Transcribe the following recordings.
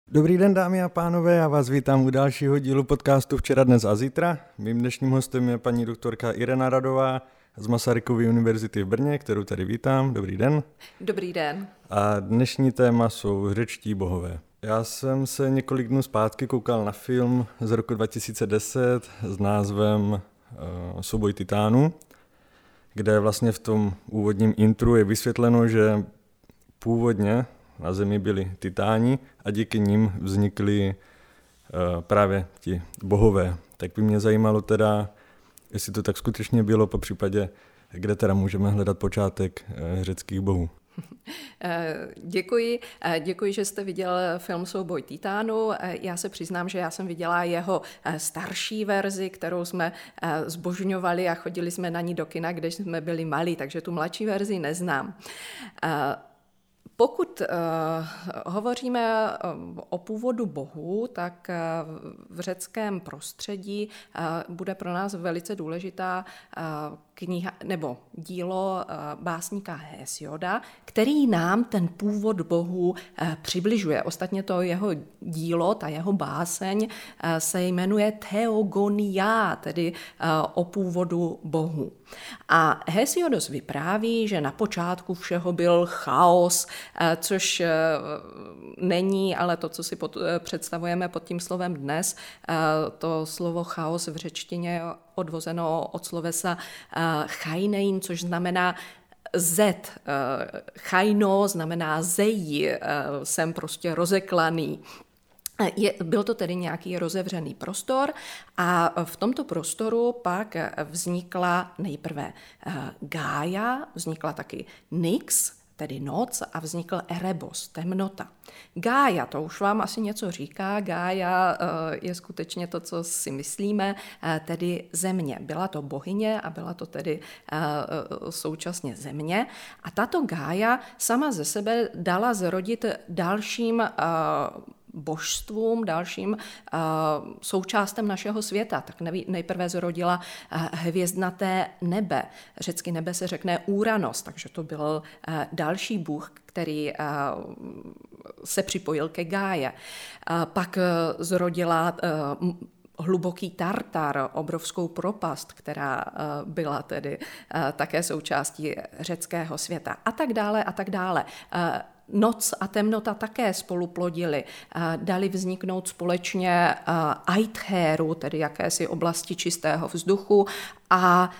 Dobrý den, dámy a pánové, já vás vítám u dalšího dílu podcastu Včera, dnes a zítra. Mým dnešním hostem je paní doktorka Irena Radová z Masarykovy univerzity v Brně, kterou tady vítám. Dobrý den. Dobrý den. A dnešní téma jsou řečtí bohové. Já jsem se několik dnů zpátky koukal na film z roku 2010 s názvem Souboj titánů, kde vlastně v tom úvodním intru je vysvětleno, že původně na Zemi byli titáni a díky nim vznikli právě ti bohové. Tak by mě zajímalo teda, jestli to tak skutečně bylo, po případě, kde teda můžeme hledat počátek řeckých bohů. Děkuji, že jste viděl film Souboj titánů. Já se přiznám, že já jsem viděla jeho starší verzi, kterou jsme zbožňovali a chodili jsme na ní do kina, když jsme byli malí, takže tu mladší verzi neznám. Pokud hovoříme o původu bohů, tak v řeckém prostředí bude pro nás velice důležitá kniha nebo dílo básníka Hésioda, který nám ten původ bohů přibližuje. Ostatně to jeho dílo, ta jeho báseň se jmenuje Theogonia, tedy o původu bohů. A Hésiodos vypráví, že na počátku všeho byl chaos, což není, ale to, co si představujeme pod tím slovem dnes, to slovo chaos v řečtině je odvozeno od slovesa chainein, což znamená zet. Chaino znamená zejí, jsem prostě rozeklaný. Byl to tedy nějaký rozevřený prostor a v tomto prostoru pak vznikla nejprve Gaia, vznikla taky Nyx, tedy noc, a vznikl Erebos, temnota. Gaia, to už vám asi něco říká, Gaia je skutečně to, co si myslíme, tedy země. Byla to bohyně a byla to tedy současně země. A tato Gaia sama ze sebe dala zrodit dalším božstvům, dalším součástem našeho světa. Tak nejprve zrodila hvězdnaté nebe. Řecky nebe se řekne Uranos, takže to byl další bůh, který se připojil ke Gáje. Pak zrodila hluboký Tartar, obrovskou propast, která byla tedy také součástí řeckého světa. A tak dále, a tak dále. Noc a temnota také spolu plodily. Dali vzniknout společně Aithéru, tedy jakési oblasti čistého vzduchu a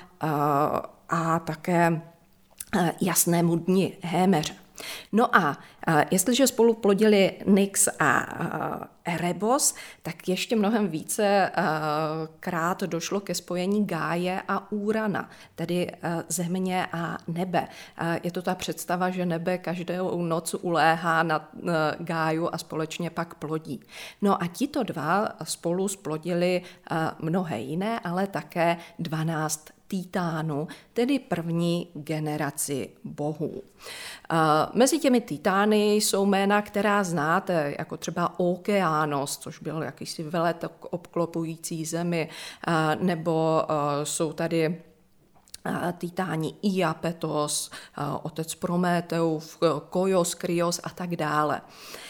také jasnému dni, Hémeře. No a jestliže spolu plodili Nyx a Erebos, tak ještě mnohem více krát došlo ke spojení Gáje a Urana, tedy země a nebe. Je to ta představa, že nebe každou noc uléhá na Gáju a společně pak plodí. No a tito dva spolu splodili mnohé jiné, ale také 12 titánů, tedy první generaci bohů. Mezi těmi titány jsou jména, která znáte, jako třeba Okeanos, což byl jakýsi veletok obklopující zemi, nebo jsou tady titáni Iapetos, otec Prometeus, Kojos, Krios a tak dále.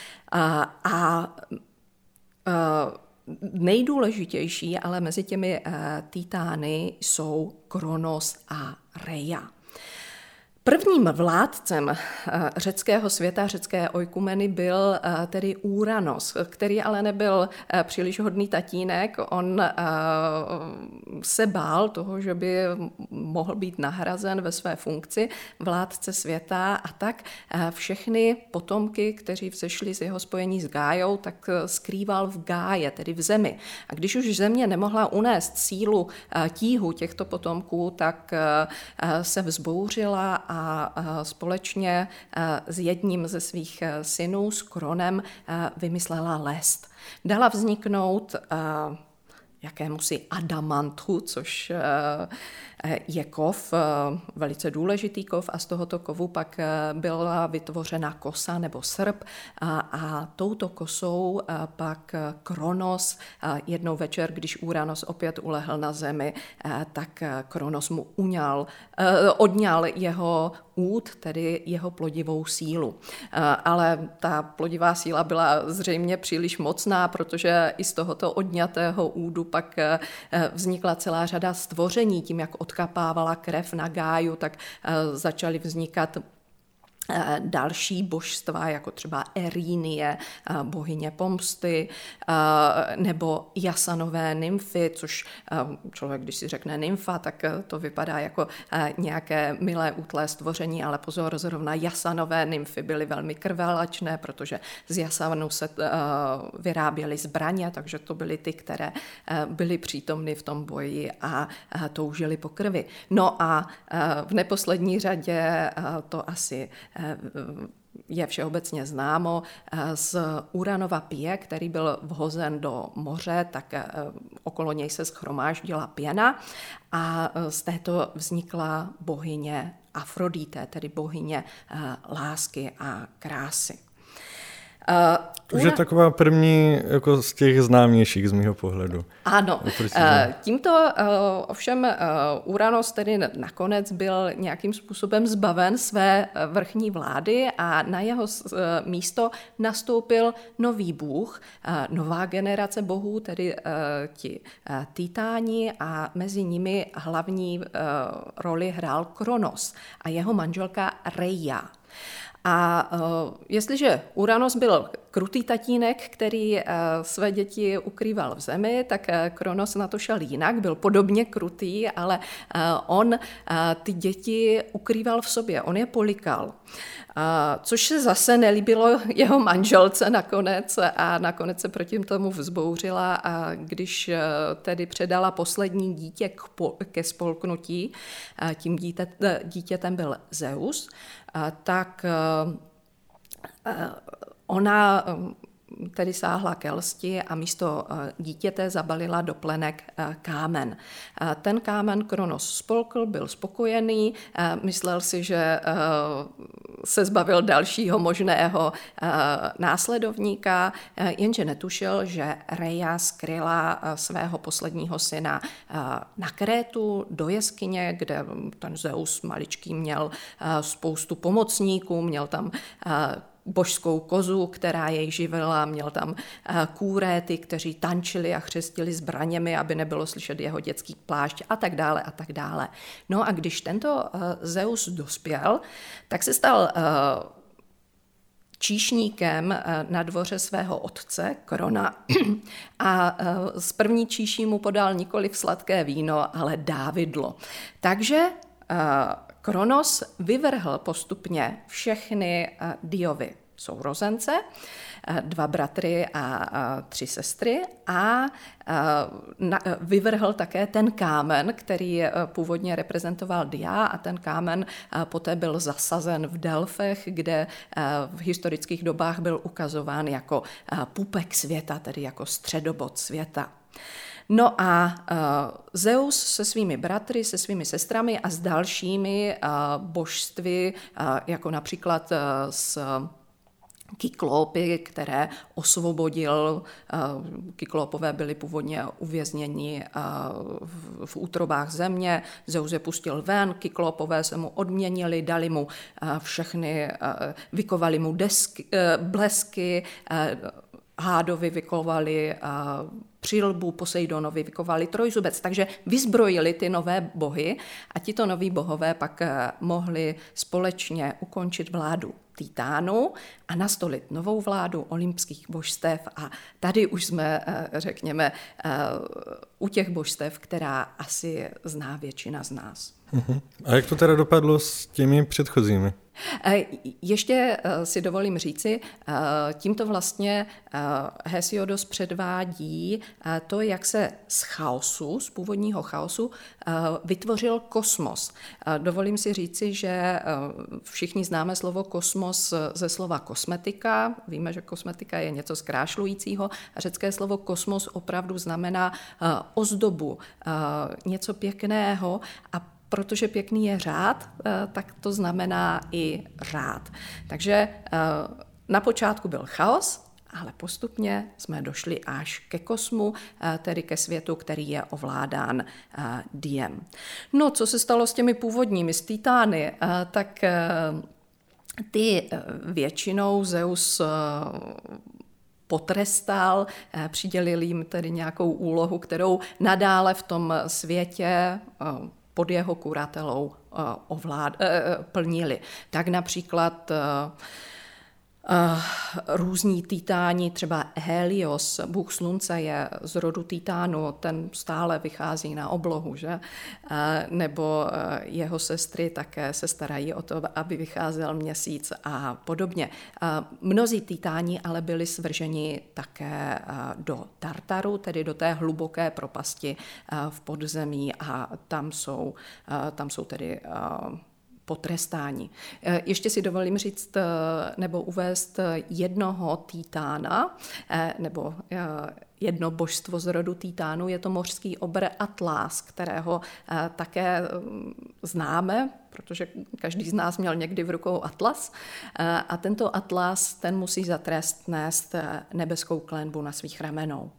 Nejdůležitější ale mezi těmi titány jsou Kronos a Rhea. Prvním vládcem řeckého světa, řecké oikumeny, byl tedy Uranos, který ale nebyl příliš hodný tatínek. On se bál toho, že by mohl být nahrazen ve své funkci vládce světa, a tak všechny potomky, kteří vzešli z jeho spojení s Gájou, tak skrýval v Gáje, tedy v zemi. A když už země nemohla unést sílu tíhu těchto potomků, tak se vzbouřila a společně s jedním ze svých synů, s Kronem, vymyslela lest. Dala vzniknout jakémusi adamantu, což je kov, velice důležitý kov, a z tohoto kovu pak byla vytvořena kosa nebo srp a touto kosou pak Kronos jednou večer, když Uranos opět ulehl na zemi, tak Kronos mu odňal jeho úd, tedy jeho plodivou sílu. Ale ta plodivá síla byla zřejmě příliš mocná, protože i z tohoto odňatého údu pak vznikla celá řada stvoření. Tím, jak odkapávala krev na Gáju, tak začaly vznikat další božstva, jako třeba Erínie, bohyně pomsty, nebo jasanové nymfy, což člověk, když si řekne nymfa, tak to vypadá jako nějaké milé útlé stvoření, ale pozor, zrovna jasanové nymfy byly velmi krvelačné, protože z jasanu se vyráběly zbraně, takže to byly ty, které byly přítomny v tom boji a toužily po krvi. No a v neposlední řadě to asi je všeobecně známo, z Uranova pije, který byl vhozen do moře, tak okolo něj se shromáždila pěna a z této vznikla bohyně Afrodité, tedy bohyně lásky a krásy. Už je taková první jako z těch známějších z mýho pohledu. Ano, tímto ovšem Uranos tedy nakonec byl nějakým způsobem zbaven své vrchní vlády a na jeho místo nastoupil nový bůh, nová generace bohů, tedy ti Titáni, a mezi nimi hlavní roli hrál Kronos a jeho manželka Reia. A jestliže Uranos byl krutý tatínek, který své děti ukrýval v zemi, tak Kronos na to šel jinak, byl podobně krutý, ale on ty děti ukrýval v sobě, on je polikal. Což se zase nelíbilo jeho manželce nakonec a nakonec se proti tomu vzbouřila, a když tedy předala poslední dítě ke spolknutí, tím dítětem byl Zeus, tak ona tedy sáhla ke lsti a místo dítěte zabalila do plenek kámen. Ten kámen Kronos spolkl, byl spokojený, myslel si, že se zbavil dalšího možného následovníka, jenže netušil, že Reia skryla svého posledního syna na Krétu do jeskyně, kde ten Zeus maličký měl spoustu pomocníků, měl tam božskou kozu, která jej živila, měl tam kůréty, kteří tančili a chřestili zbraněmi, aby nebylo slyšet jeho dětský plášť a tak dále a tak dále. No a když tento Zeus dospěl, tak se stal číšníkem na dvoře svého otce, Krona, a z první číší mu podal nikoliv sladké víno, ale dávidlo. Takže Kronos vyvrhl postupně všechny Diovy sourozence, 2 bratry a 3 sestry, a vyvrhl také ten kámen, který původně reprezentoval Dia, a ten kámen poté byl zasazen v Delfech, kde v historických dobách byl ukazován jako pupek světa, tedy jako středobod světa. No a Zeus se svými bratry, se svými sestrami a s dalšími božstvy, jako například s Kyklópy, které osvobodil. Kyklópové byli původně uvězněni v útrobách země. Zeus je pustil ven, Kyklópové se mu odměnili, dali mu všechny, vykovali mu blesky, Hádovi vykovali přilbu, Poseidonovi vykovali trojzubec, takže vyzbrojili ty nové bohy a tito noví bohové pak mohli společně ukončit vládu Titánu a nastolit novou vládu olympských božstev, a tady už jsme, řekněme, u těch božstev, která asi zná většina z nás. A jak to teda dopadlo s těmi předchozími? Ještě si dovolím říci, tímto vlastně Hesiodos předvádí to, jak se z chaosu, z původního chaosu, vytvořil kosmos. Dovolím si říci, že všichni známe slovo kosmos ze slova kosmetika. Víme, že kosmetika je něco zkrášlujícího. Řecké slovo kosmos opravdu znamená ozdobu, něco pěkného, a protože pěkný je řád, tak to znamená i řád. Takže na počátku byl chaos, ale postupně jsme došli až ke kosmu, tedy ke světu, který je ovládán Diem. No, co se stalo s těmi původními, s Titány, tak ty většinou Zeus potrestal, přidělil jim tedy nějakou úlohu, kterou nadále v tom světě pod jeho kuratelou plnili. Tak například různí titáni, třeba Helios, bůh slunce, je z rodu titánu, ten stále vychází na oblohu, že? Nebo jeho sestry také se starají o to, aby vycházel měsíc a podobně. Mnozí titáni ale byli svrženi také do Tartaru, tedy do té hluboké propasti v podzemí, a tam jsou tedy potrestání. Ještě si dovolím říct nebo uvést jednoho titána, nebo jedno božstvo z rodu titánu, je to mořský obr Atlas, kterého také známe, protože každý z nás měl někdy v rukou atlas. A tento atlas, ten musí za trest nést nebeskou klenbu na svých ramenou.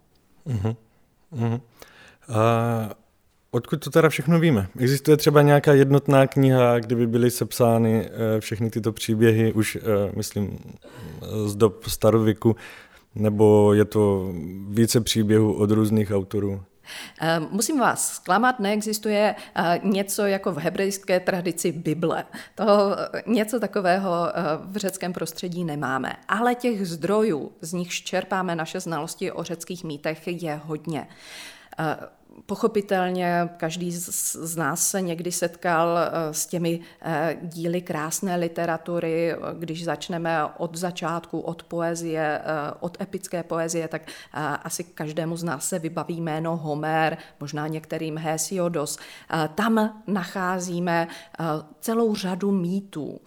Odkud to teda všechno víme? Existuje třeba nějaká jednotná kniha, kde by byly sepsány všechny tyto příběhy, už myslím z dob starověku, nebo je to více příběhů od různých autorů? Musím vás zklamat, neexistuje něco jako v hebrejské tradici Bible. Toho něco takového v řeckém prostředí nemáme. Ale těch zdrojů, z nichž čerpáme naše znalosti o řeckých mýtech, je hodně. Pochopitelně každý z nás se někdy setkal s těmi díly krásné literatury. Když začneme od začátku, od poezie, od epické poezie, tak asi každému z nás se vybaví jméno Homér, možná některým Hesiodos. Tam nacházíme celou řadu mýtů.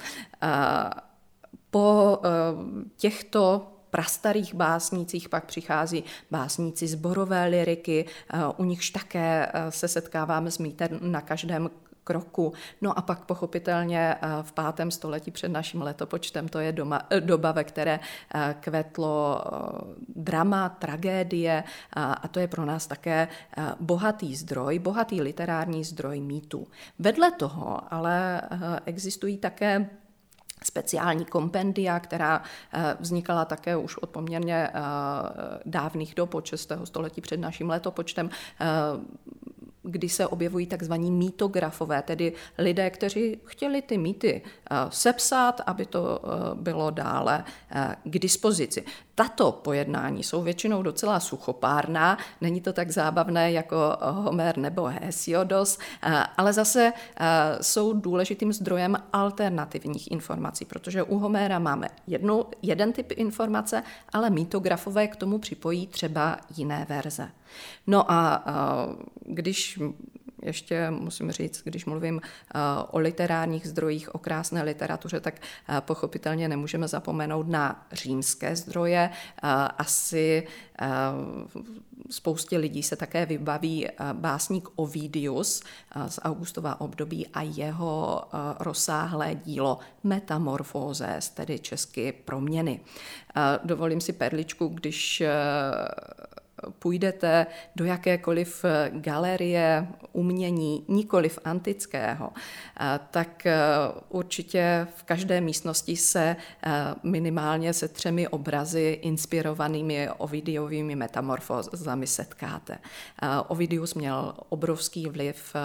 Po těchto prastarých básnících pak přichází básníci zborové lyriky, u nichž také se setkáváme s mýtem na každém kroku. No a pak pochopitelně v 5. století před naším letopočtem, to je doba, ve které kvetlo drama, tragédie, a to je pro nás také bohatý literární zdroj mýtů. Vedle toho ale existují také speciální kompendia, která vznikala také už od poměrně dávných dob, od 6. století před naším letopočtem, kdy se objevují takzvaní mýtografové, tedy lidé, kteří chtěli ty mýty sepsat, aby to bylo dále k dispozici. Tato pojednání jsou většinou docela suchopárná, není to tak zábavné jako Homér nebo Hesiodos, ale zase jsou důležitým zdrojem alternativních informací, protože u Homéra máme jeden typ informace, ale mýtografové k tomu připojí třeba jiné verze. No a když ještě musím říct, když mluvím o literárních zdrojích, o krásné literatuře, tak pochopitelně nemůžeme zapomenout na římské zdroje. Asi spoustě lidí se také vybaví básník Ovidius z Augustova období a jeho rozsáhlé dílo Metamorfózes, tedy česky Proměny. Dovolím si perličku, když půjdete do jakékoliv galerie umění, nikoliv antického, tak určitě v každé místnosti se minimálně se 3 obrazy inspirovanými Ovidiovými metamorfózami setkáte. Ovidius měl obrovský vliv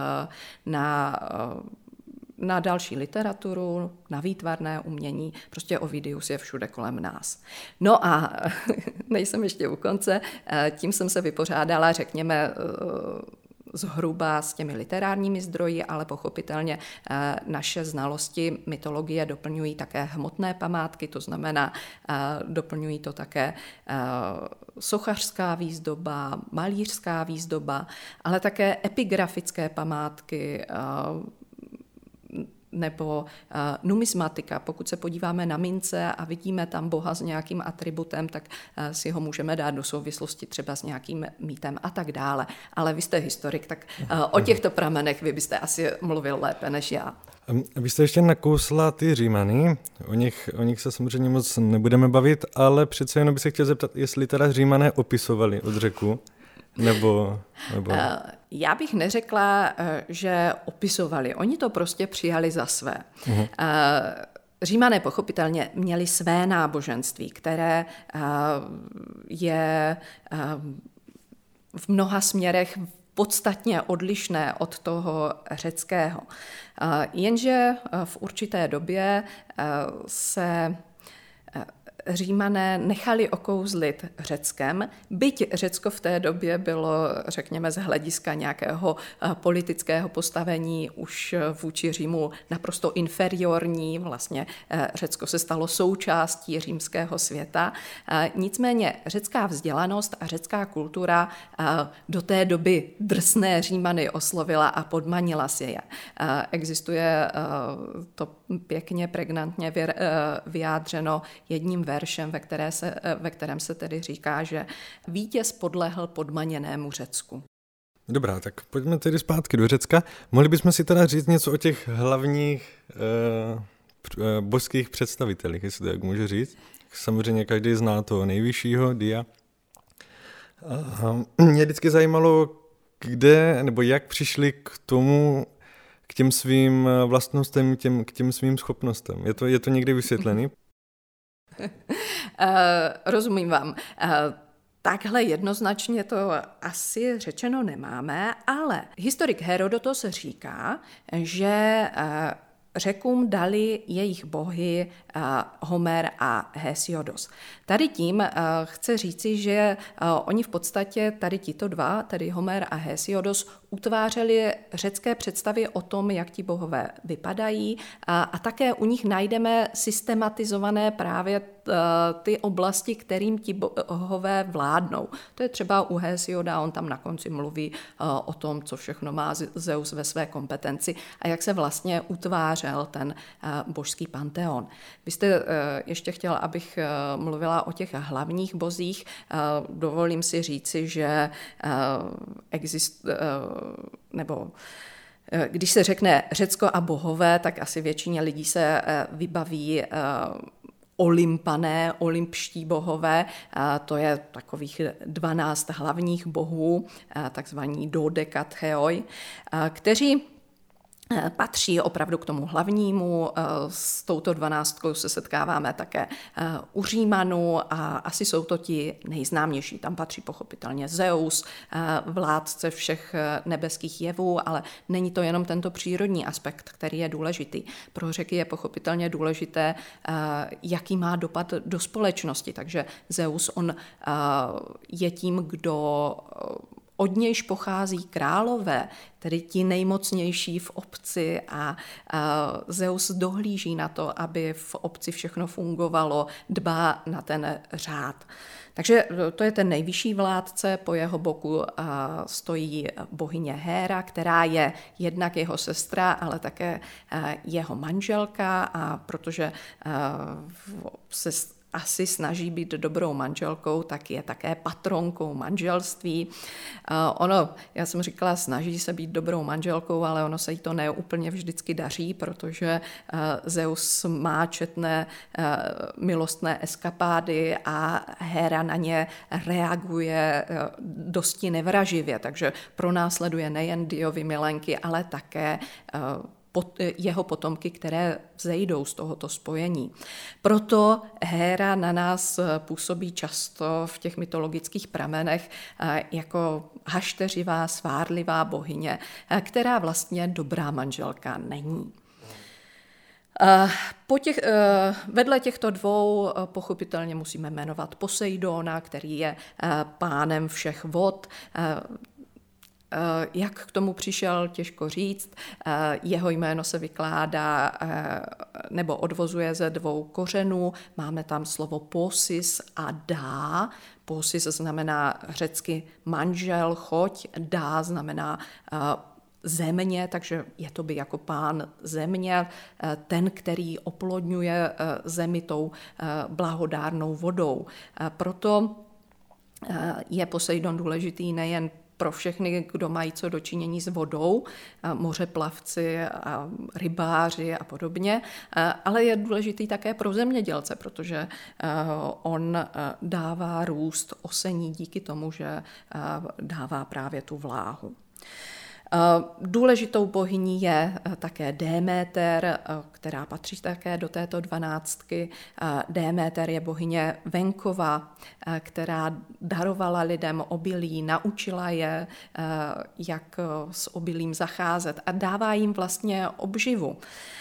na další literaturu, na výtvarné umění, prostě Ovidius je všude kolem nás. No a nejsem ještě u konce, tím jsem se vypořádala, řekněme, zhruba s těmi literárními zdroji, ale pochopitelně naše znalosti mytologie doplňují také hmotné památky, to znamená, doplňují to také sochařská výzdoba, malířská výzdoba, ale také epigrafické památky, nebo numismatika. Pokud se podíváme na mince a vidíme tam boha s nějakým atributem, tak si ho můžeme dát do souvislosti třeba s nějakým mýtem a tak dále. Ale vy jste historik, tak o těchto pramenech vy byste asi mluvil lépe než já. Vy jste ještě nakousla ty Římany, o nich se samozřejmě moc nebudeme bavit, ale přece jenom bych se chtěl zeptat, jestli teda Římané opisovali od řeku, nebo... Já bych neřekla, že opisovali. Oni to prostě přijali za své. Římané pochopitelně měli své náboženství, které je v mnoha směrech podstatně odlišné od toho řeckého. Jenže v určité době se Římané nechali okouzlit Řeckem, byť Řecko v té době bylo, řekněme, z hlediska nějakého politického postavení už vůči Římu naprosto inferiorní, vlastně Řecko se stalo součástí římského světa. Nicméně řecká vzdělanost a řecká kultura do té doby drsné Římany oslovila a podmanila si je. Existuje to pěkně pregnantně vyjádřeno jedním veršem, ve kterém se tedy říká, že vítěz podlehl podmaněnému Řecku. Dobrá, tak pojďme tedy zpátky do Řecka. Mohli bychom si teda říct něco o těch hlavních božských představitelích, jestli to tak můžu říct. Samozřejmě každý zná toho nejvyššího, Dia. Mě vždycky zajímalo, kde nebo jak přišli k tomu, k těm svým vlastnostem, k těm svým schopnostem. Je to někdy vysvětlený? Rozumím vám. Takhle jednoznačně to asi řečeno nemáme, ale historik Herodotos říká, že Řekům dali jejich bohy Homer a Hésiodos. Tady tím chce říci, že oni v podstatě tady tito dva, tedy Homer a Hésiodos, utvářeli řecké představy o tom, jak ti bohové vypadají a také u nich najdeme systematizované právě ty oblasti, kterým ti bohové vládnou. To je třeba u Hésioda, on tam na konci mluví o tom, co všechno má Zeus ve své kompetenci a jak se vlastně utvářel ten božský panteon. Vy jste ještě chtěla, abych mluvila o těch hlavních bozích. Dovolím si říci, že když se řekne Řecko a bohové, tak asi většině lidí se vybaví Olympané, olympští bohové, to je takových 12 hlavních bohů, takzvaní dodekatheoi, kteří patří opravdu k tomu hlavnímu. S touto 12 se setkáváme také u Římanů a asi jsou to ti nejznámější. Tam patří pochopitelně Zeus, vládce všech nebeských jevů, ale není to jenom tento přírodní aspekt, který je důležitý. Pro Řeky je pochopitelně důležité, jaký má dopad do společnosti. Takže Zeus, on je tím, kdo od nějž pochází králové, tedy ti nejmocnější v obci a Zeus dohlíží na to, aby v obci všechno fungovalo, dbá na ten řád. Takže to je ten nejvyšší vládce, po jeho boku stojí bohyně Héra, která je jednak jeho sestra, ale také jeho manželka a protože se asi snaží být dobrou manželkou, tak je také patronkou manželství. Já jsem říkala, snaží se být dobrou manželkou, ale ono se jí to neúplně vždycky daří, protože Zeus má četné milostné eskapády a Héra na ně reaguje dosti nevraživě, takže pronásleduje nejen Diovy milenky, ale také jeho potomky, které vzejdou z tohoto spojení. Proto Héra na nás působí často v těch mytologických pramenech jako hašteřivá, svárlivá bohyně, která vlastně dobrá manželka není. Vedle těchto dvou pochopitelně musíme jmenovat Poseidona, který je pánem všech vod. Jak k tomu přišel, těžko říct. Jeho jméno se vykládá nebo odvozuje ze 2 kořenů. Máme tam slovo posis a dá. Posis znamená řecky manžel, choď, dá znamená země, takže je to by jako pán země, ten, který oplodňuje zemi tou blahodárnou vodou. Proto je Poseidon důležitý nejen pro všechny, kdo mají co dočinění s vodou, mořeplavci, rybáři a podobně, ale je důležitý také pro zemědělce, protože on dává růst osení díky tomu, že dává právě tu vláhu. Důležitou bohyní je také Déméter, která patří také do této 12. Déméter je bohyně venkova, která darovala lidem obilí, naučila je, jak s obilím zacházet a dává jim vlastně obživu.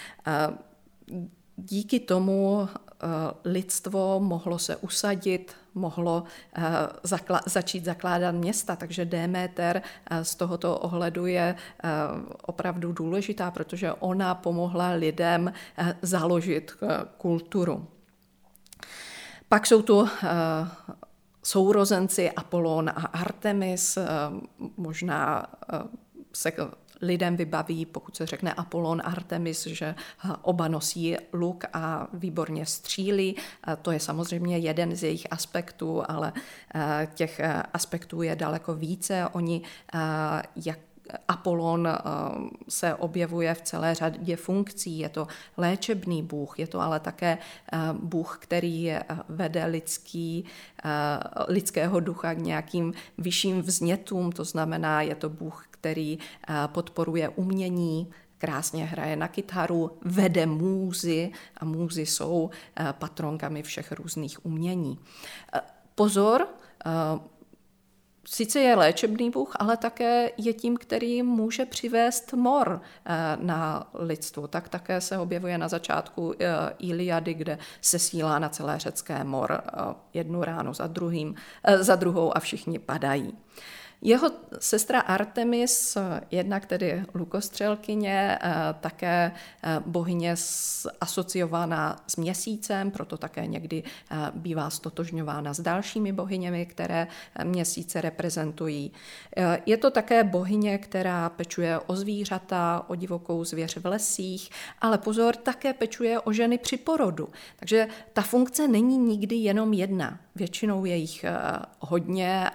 Díky tomu lidstvo mohlo se usadit, mohlo začít zakládat města, takže Déméter z tohoto ohledu je opravdu důležitá, protože ona pomohla lidem založit kulturu. Pak jsou tu sourozenci Apollon a Artemis, možná se lidem vybaví, pokud se řekne Apollon, Artemis, že oba nosí luk a výborně střílí. To je samozřejmě jeden z jejich aspektů, ale těch aspektů je daleko více. Oni, jak Apollon se objevuje v celé řadě funkcí. Je to léčebný bůh, je to ale také bůh, který vede lidského ducha k nějakým vyšším vznětům, to znamená, je to bůh, který podporuje umění, krásně hraje na kytaru, vede můzy a můzy jsou patronkami všech různých umění. Pozor, sice je léčebný bůh, ale také je tím, který může přivést mor na lidstvo. Tak také se objevuje na začátku Iliady, kde se sílá na celé řecké mor jednu ránu za druhou a všichni padají. Jeho sestra Artemis, jednak tedy lukostřelkyně, také bohyně asociovaná s měsícem, proto také někdy bývá stotožňována s dalšími bohyněmi, které měsíce reprezentují. Je to také bohyně, která pečuje o zvířata, o divokou zvěř v lesích, ale pozor, také pečuje o ženy při porodu. Takže ta funkce není nikdy jenom jedna. Většinou je jich hodně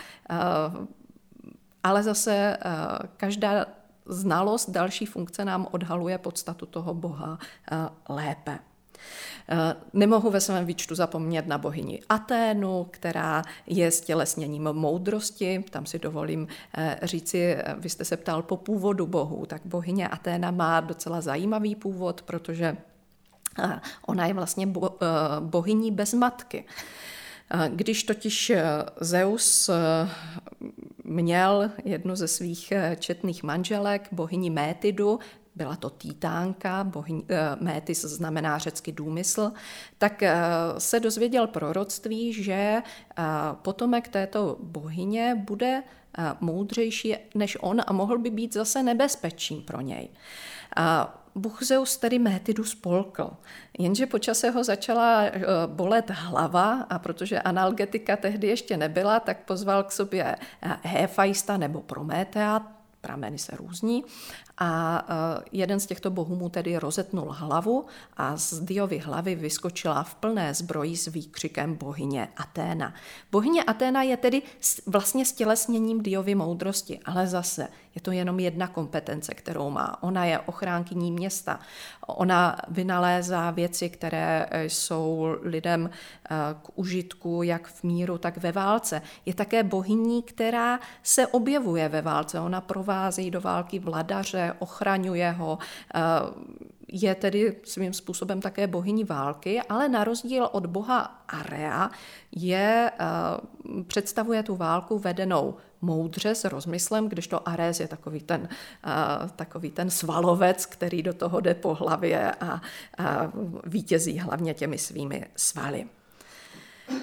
ale zase každá znalost další funkce nám odhaluje podstatu toho boha lépe. Nemohu ve svém výčtu zapomnět na bohyni Aténu, která je stělesněním moudrosti. Tam si dovolím říci, vy jste se ptal po původu bohů, tak bohyně Aténa má docela zajímavý původ, protože ona je vlastně bohyní bez matky. Když totiž Zeus měl jednu ze svých četných manželek, bohyni Métidu, byla to Titánka, Métis znamená řecky důmysl, tak se dozvěděl proroctví, že potomek této bohyně bude moudřejší než on a mohl by být zase nebezpečím pro něj. Bůh Zeus tedy Métidu spolkl, jenže po čase ho začala bolet hlava a protože analgetika tehdy ještě nebyla, tak pozval k sobě Héfaista nebo Prométea, prameny se různí, a jeden z těchto bohů mu tedy rozetnul hlavu a z Diovy hlavy vyskočila v plné zbroji s výkřikem bohyně Aténa. Bohyně Aténa je tedy vlastně stělesněním Diovy moudrosti, ale zase je to jenom jedna kompetence, kterou má. Ona je ochránkyní města. Ona vynalézá věci, které jsou lidem k užitku jak v míru, tak ve válce. Je také bohyní, která se objevuje ve válce. Ona provází do války vladaře, ochraňuje ho, je tedy svým způsobem také bohyní války, ale na rozdíl od boha Area představuje tu válku vedenou moudře s rozmyslem, kdežto Ares je takový ten svalovec, který do toho jde po hlavě a vítězí hlavně těmi svými svaly.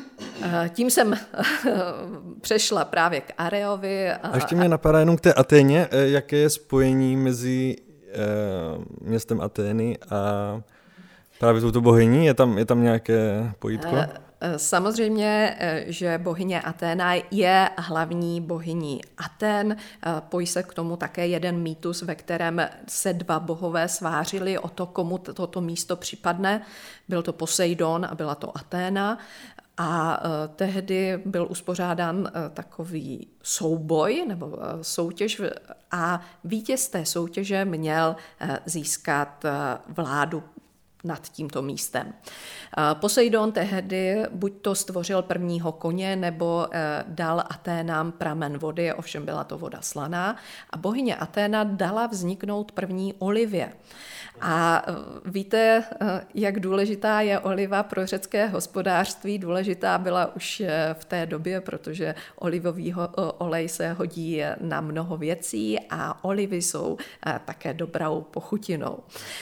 Tím jsem přešla právě k Areovi. A ještě mě napadá jenom k té Aténě, jaké je spojení mezi městem Atény a právě touto bohyní? Je tam nějaké pojítko? Samozřejmě, že bohyně Aténa je hlavní bohyní Aten. Pojí se k tomu také jeden mýtus, ve kterém se dva bohové svářili o to, komu toto místo připadne. Byl to Poseidon a byla to Aténa. A tehdy byl uspořádán takový souboj nebo soutěž a vítěz té soutěže měl získat vládu nad tímto místem. Poseidon tehdy buď to stvořil prvního koně, nebo dal Aténám pramen vody, ovšem byla to voda slaná, a bohyně Aténa dala vzniknout první olivě. A víte, jak důležitá je oliva pro řecké hospodářství? Důležitá byla už v té době, protože olivový olej se hodí na mnoho věcí a olivy jsou také dobrou pochutinou.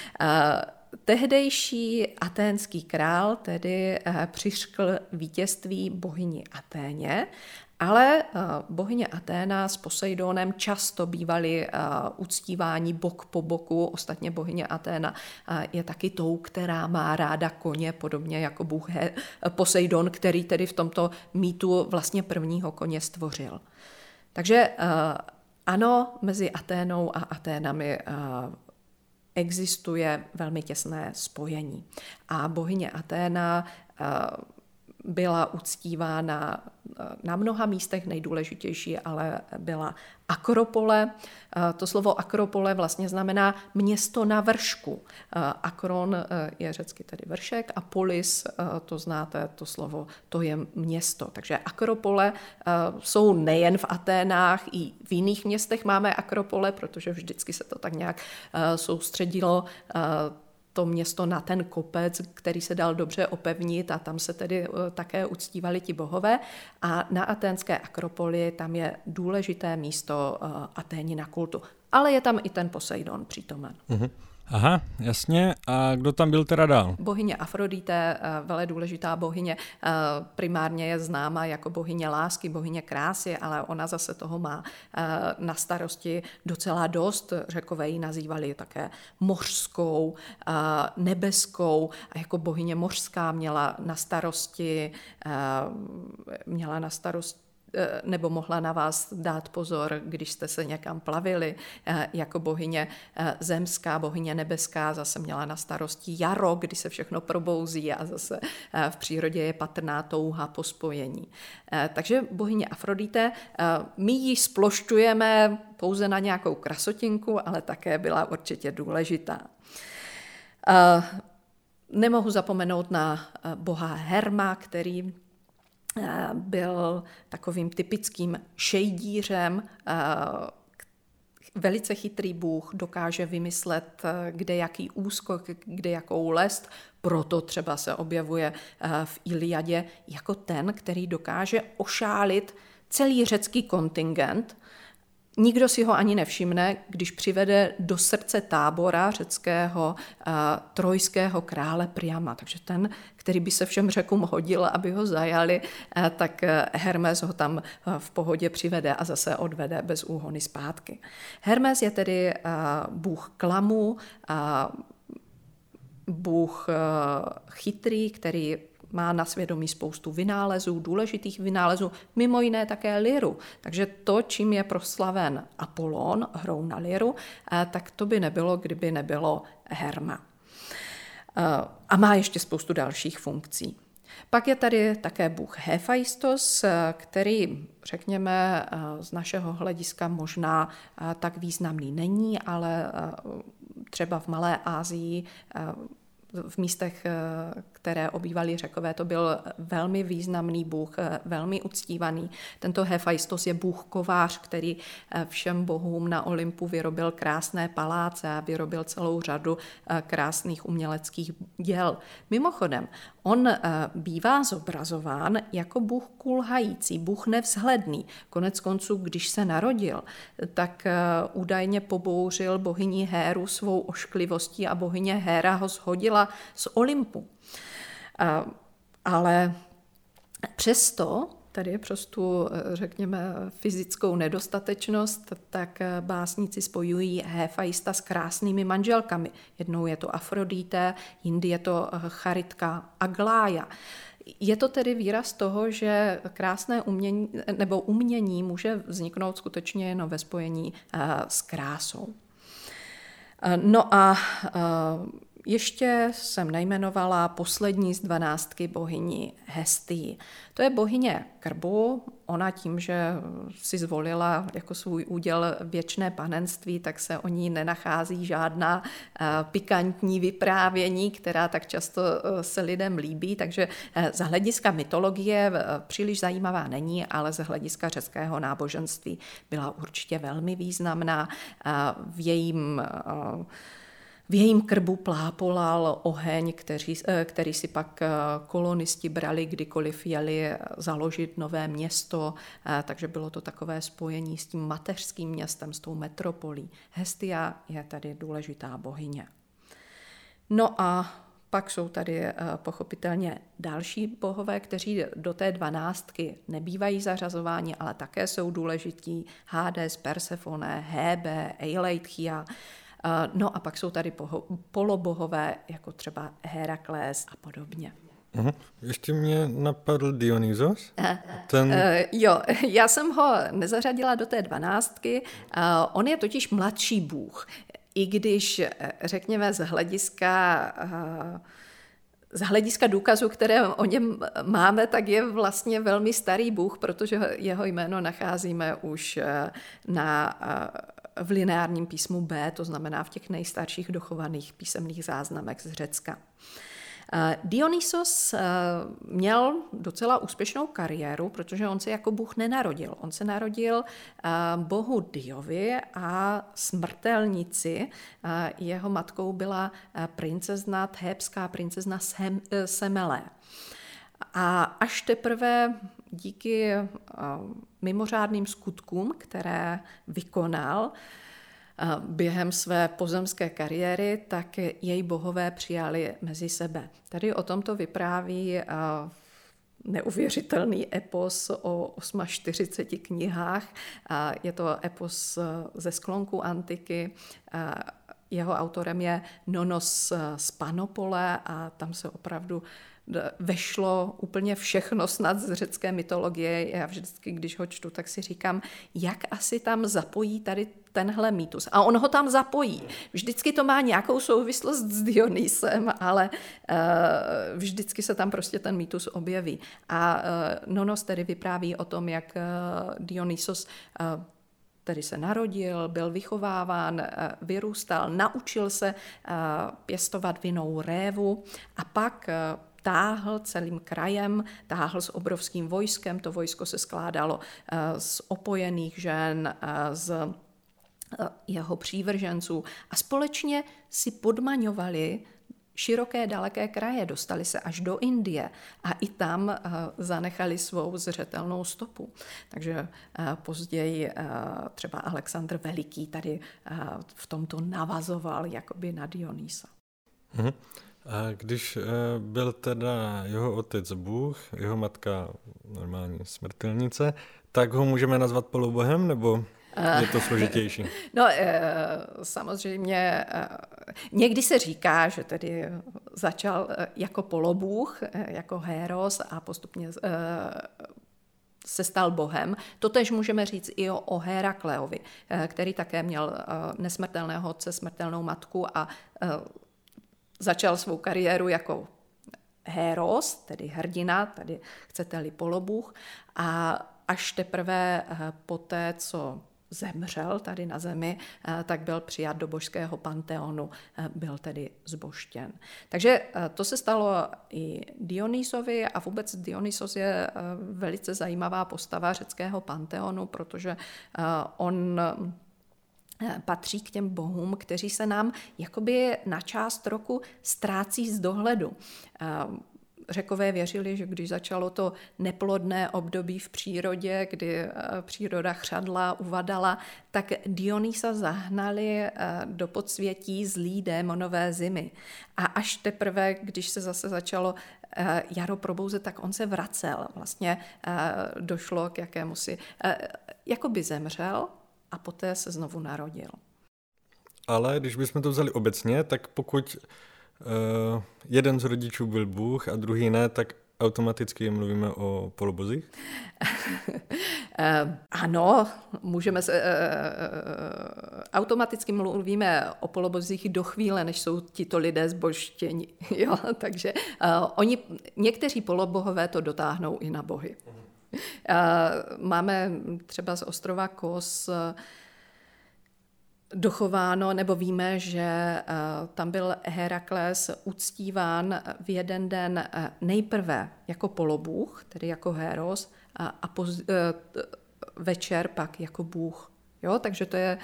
Tehdejší aténský král tedy přiřkl vítězství bohyni Aténě, ale bohyně Aténa s Poseidonem často bývaly uctíváni bok po boku. Ostatně bohyně Aténa je taky tou, která má ráda koně, podobně jako bůh Poseidon, který tedy v tomto mýtu vlastně prvního koně stvořil. Takže ano, mezi Aténou a Aténami existuje velmi těsné spojení. A bohyně Aténa byla uctívána na mnoha místech, nejdůležitější ale byla Akropole. To slovo Akropole vlastně znamená město na vršku. Akron je řecky tedy vršek a polis, to znáte, to slovo, to je město. Takže Akropole jsou nejen v Aténách, i v jiných městech máme Akropole, protože vždycky se to tak nějak soustředilo to město na ten kopec, který se dal dobře opevnit a tam se tedy také uctívali ti bohové. A na aténské Akropoli tam je důležité místo Aténina kultu. Ale je tam i ten Poseidon přítomen. Mhm. Aha, jasně. A kdo tam byl teda dál? Bohyně Afrodité, velmi důležitá bohyně, primárně je známa jako bohyně lásky, bohyně krásy, ale ona zase toho má na starosti docela dost. Řekové ji nazývali také mořskou, nebeskou, a jako bohyně mořská měla na starosti nebo mohla na vás dát pozor, když jste se někam plavili. Jako bohyně zemská, bohyně nebeská zase měla na starosti jaro, kdy se všechno probouzí a zase v přírodě je patrná touha po spojení. Takže bohyně Afrodité, my ji splošťujeme pouze na nějakou krasotinku, ale také byla určitě důležitá. Nemohu zapomenout na boha Herma, který byl takovým typickým šejdířem, velice chytrý bůh, dokáže vymyslet, kde jaký úskok, kde jakou lest, proto třeba se objevuje v Iliadě jako ten, který dokáže ošálit celý řecký kontingent. Nikdo si ho ani nevšimne, když přivede do srdce tábora řeckého trojského krále Priama. Takže ten, který by se všem Řekům hodil, aby ho zajali, tak Hermes ho tam v pohodě přivede a zase odvede bez úhony zpátky. Hermes je tedy bůh klamu, bůh chytrý, který má na svědomí spoustu vynálezů, důležitých vynálezů, mimo jiné také liru. Takže to, čím je proslaven Apollon, hrou na liru, tak to by nebylo, kdyby nebylo Herma. A má ještě spoustu dalších funkcí. Pak je tady také bůh Héphaistos, který, řekněme, z našeho hlediska možná tak významný není, ale třeba v Malé Asii, v místech, které obývali Řekové, to byl velmi významný bůh, velmi uctívaný. Tento Héphaistos je bůh kovář, který všem bohům na Olympu vyrobil krásné paláce a vyrobil celou řadu krásných uměleckých děl. Mimochodem, on bývá zobrazován jako bůh kulhající, bůh nevzhledný. Konec konců, když se narodil, tak údajně pobouřil bohyni Héru svou ošklivostí a bohyně Héra ho shodila z Olympu. Ale Přesto, tady přes tu, řekněme, fyzickou nedostatečnost, tak básníci spojují Héfaista s krásnými manželkami. Jednou je to Afrodité, jindy je to Charitka Aglája. Je to tedy výraz toho, že krásné umění nebo umění může vzniknout skutečně jen ve spojení s krásou. No a ještě jsem nejmenovala poslední z 12 bohyni Hestii. To je bohyně krbu. Ona tím, že si zvolila jako svůj úděl věčné panenství, tak se o ní nenachází žádná pikantní vyprávění, která tak často se lidem líbí. Takže z hlediska mytologie příliš zajímavá není, ale z hlediska řeckého náboženství byla určitě velmi významná. V jejím krbu plápolal oheň, který si pak kolonisti brali, kdykoliv jeli založit nové město, takže bylo to takové spojení s tím mateřským městem, s tou metropolí. Hestia je tady důležitá bohyně. No a pak jsou tady pochopitelně další bohové, kteří do té 12 nebývají zařazováni, ale také jsou důležití. Hades, Persefone, Hébe, Eileithyia. No a pak jsou tady polobohové, jako třeba Herakles a podobně. Ještě mě napadl Dionysos. Jo, já jsem ho nezařadila do té 12. On je totiž mladší bůh. I když, řekněme, z hlediska důkazů, které o něm máme, tak je vlastně velmi starý bůh, protože jeho jméno nacházíme už v lineárním písmu B, to znamená v těch nejstarších dochovaných písemných záznamech z Řecka. Dionysos měl docela úspěšnou kariéru, protože on se jako bůh nenarodil. On se narodil bohu Diovi a smrtelnici. Jeho matkou byla princezna, thébská princezna Semele. A až teprve díky mimořádným skutkům, které vykonal během své pozemské kariéry, tak její bohové přijali mezi sebe. Tady o tomto vypráví neuvěřitelný epos o 48 knihách. Je to epos ze sklonku antiky. Jeho autorem je Nonos z Panopole a tam se opravdu vešlo úplně všechno snad z řecké mytologie. Já vždycky, když ho čtu, tak si říkám, jak asi tam zapojí tady tenhle mýtus. A on ho tam zapojí. Vždycky to má nějakou souvislost s Dionysem, ale vždycky se tam prostě ten mýtus objeví. A Nonos tedy vypráví o tom, jak Dionysos tedy se narodil, byl vychováván, vyrůstal, naučil se pěstovat vinnou révu a pak táhl celým krajem, táhl s obrovským vojskem. To vojsko se skládalo z opojených žen, z jeho přívrženců a společně si podmaňovali široké, daleké kraje, dostali se až do Indie a i tam zanechali svou zřetelnou stopu. Takže později třeba Alexandr Veliký tady v tomto navazoval jakoby na Dionysa. A když byl teda jeho otec bůh, jeho matka normální smrtelnice, tak ho můžeme nazvat polobohem, nebo je to složitější? No, samozřejmě někdy se říká, že tedy začal jako polobůh, jako Héros a postupně se stal bohem. Totéž můžeme říct i o Herakleovi, který také měl nesmrtelného otce, smrtelnou matku a začal svou kariéru jako Héros, tedy hrdina, tady chcete-li polobůh, a až teprve poté, co zemřel tady na zemi, tak byl přijat do božského panteonu, byl tedy zbožtěn. Takže to se stalo i Dionysovi a vůbec Dionysos je velice zajímavá postava řeckého panteonu, protože on patří k těm bohům, kteří se nám jakoby na část roku ztrácí z dohledu. Řekové věřili, že když začalo to neplodné období v přírodě, kdy příroda chřadla, uvadala, tak Dionýsa zahnali do podsvětí zlý démonové zimy. A až teprve, když se zase začalo jaro probouzet, tak on se vracel. Vlastně došlo k jakémusi, jako by zemřel a poté se znovu narodil. Ale když bychom to vzali obecně, tak pokud jeden z rodičů byl Bůh a druhý ne, tak automaticky mluvíme o polobozích? Ano, můžeme se, automaticky mluvíme o polobozích do chvíle, než jsou tito lidé zbožštěni. Jo? Takže někteří polobohové to dotáhnou i na bohy. Máme třeba z ostrova Kos dochováno, nebo víme, že tam byl Herakles uctíván v jeden den nejprve jako polobůh, tedy jako Héros, a večer pak jako bůh. Jo? Takže to je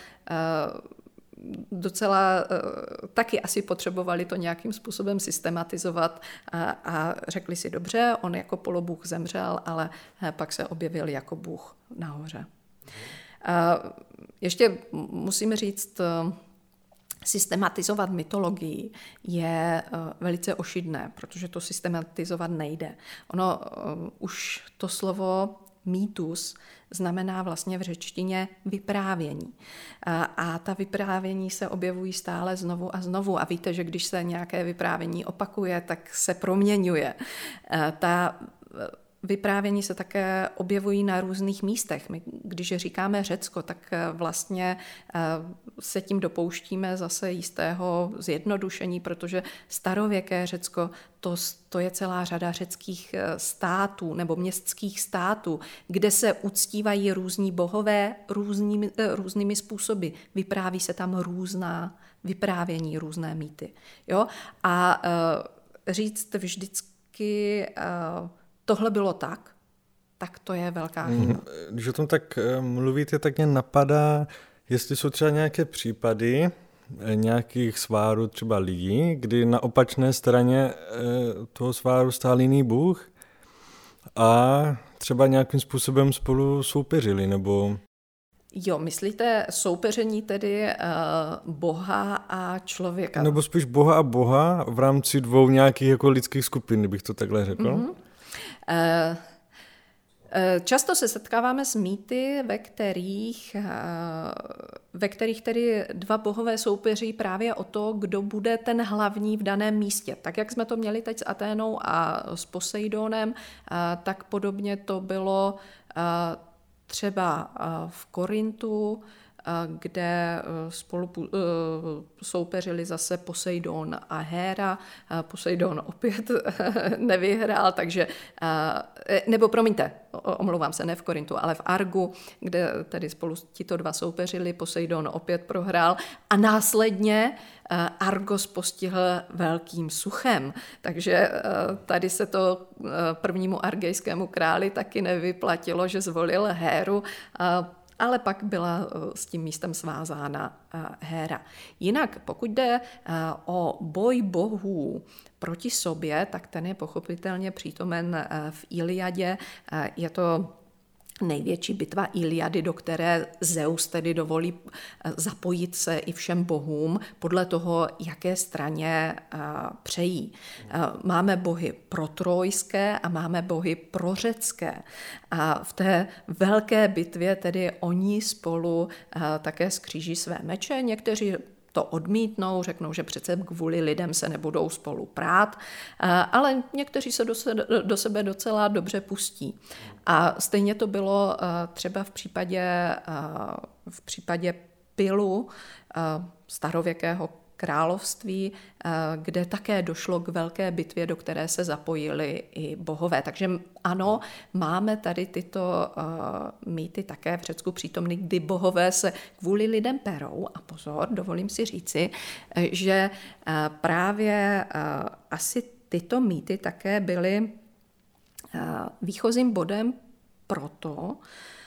docela, taky asi potřebovali to nějakým způsobem systematizovat a řekli si dobře, on jako polobůh zemřel, ale pak se objevil jako bůh nahoře. Ještě musíme říct, systematizovat mytologii je velice ošidné, protože to systematizovat nejde. Ono už to slovo mýtus znamená vlastně v řečtině vyprávění. A ta vyprávění se objevují stále znovu a znovu. A víte, že když se nějaké vyprávění opakuje, tak se proměňuje. Ta vyprávění se také objevují na různých místech. My, když říkáme Řecko, tak vlastně se tím dopouštíme zase jistého zjednodušení, protože starověké Řecko, to je celá řada řeckých států nebo městských států, kde se uctívají různí bohové různými způsoby. Vypráví se tam různá vyprávění, různé mýty. Jo? A říct vždycky tohle bylo tak to je velká chyba. Když o tom tak mluvíte, tak mě napadá, jestli jsou třeba nějaké případy nějakých svárů třeba lidí, kdy na opačné straně toho sváru stál jiný bůh a třeba nějakým způsobem spolu soupeřili, nebo... Jo, myslíte soupeření tedy Boha a člověka? Nebo spíš Boha a Boha v rámci dvou nějakých jako lidských skupin, kdybych to takhle řekl. Mm-hmm. Často se setkáváme s mýty, ve kterých tedy dva bohové soupeří právě o to, kdo bude ten hlavní v daném místě. Tak jak jsme to měli teď s Aténou a s Poseidonem, tak podobně to bylo třeba v Korintu, kde spolu soupeřili zase Poseidon a Héra. Poseidon opět nevyhrál, takže, nebo promiňte, omlouvám se, ne v Korintu, ale v Argu, kde tedy spolu tito dva soupeřili, Poseidon opět prohrál a následně Argos postihl velkým suchem. Takže tady se to prvnímu argejskému králi taky nevyplatilo, že zvolil Héru, ale pak byla s tím místem svázána Héra. Jinak, pokud jde o boj bohů proti sobě, tak ten je pochopitelně přítomen v Iliadě. Je to největší bitva Iliady, do které Zeus tedy dovolí zapojit se i všem bohům podle toho, jaké straně přejí. Máme bohy protrojské a máme bohy prořecké. A v té velké bitvě tedy oni spolu také skříží své meče. Někteří to odmítnou, řeknou, že přece kvůli lidem se nebudou spolu prát, ale někteří se do sebe docela dobře pustí. A stejně to bylo třeba v případě Pilu, starověkého království, kde také došlo k velké bitvě, do které se zapojili i bohové. Takže ano, máme tady tyto mýty také v Řecku přítomny, kdy bohové se kvůli lidem perou. A pozor, dovolím si říci, že právě asi tyto mýty také byly výchozím bodem proto,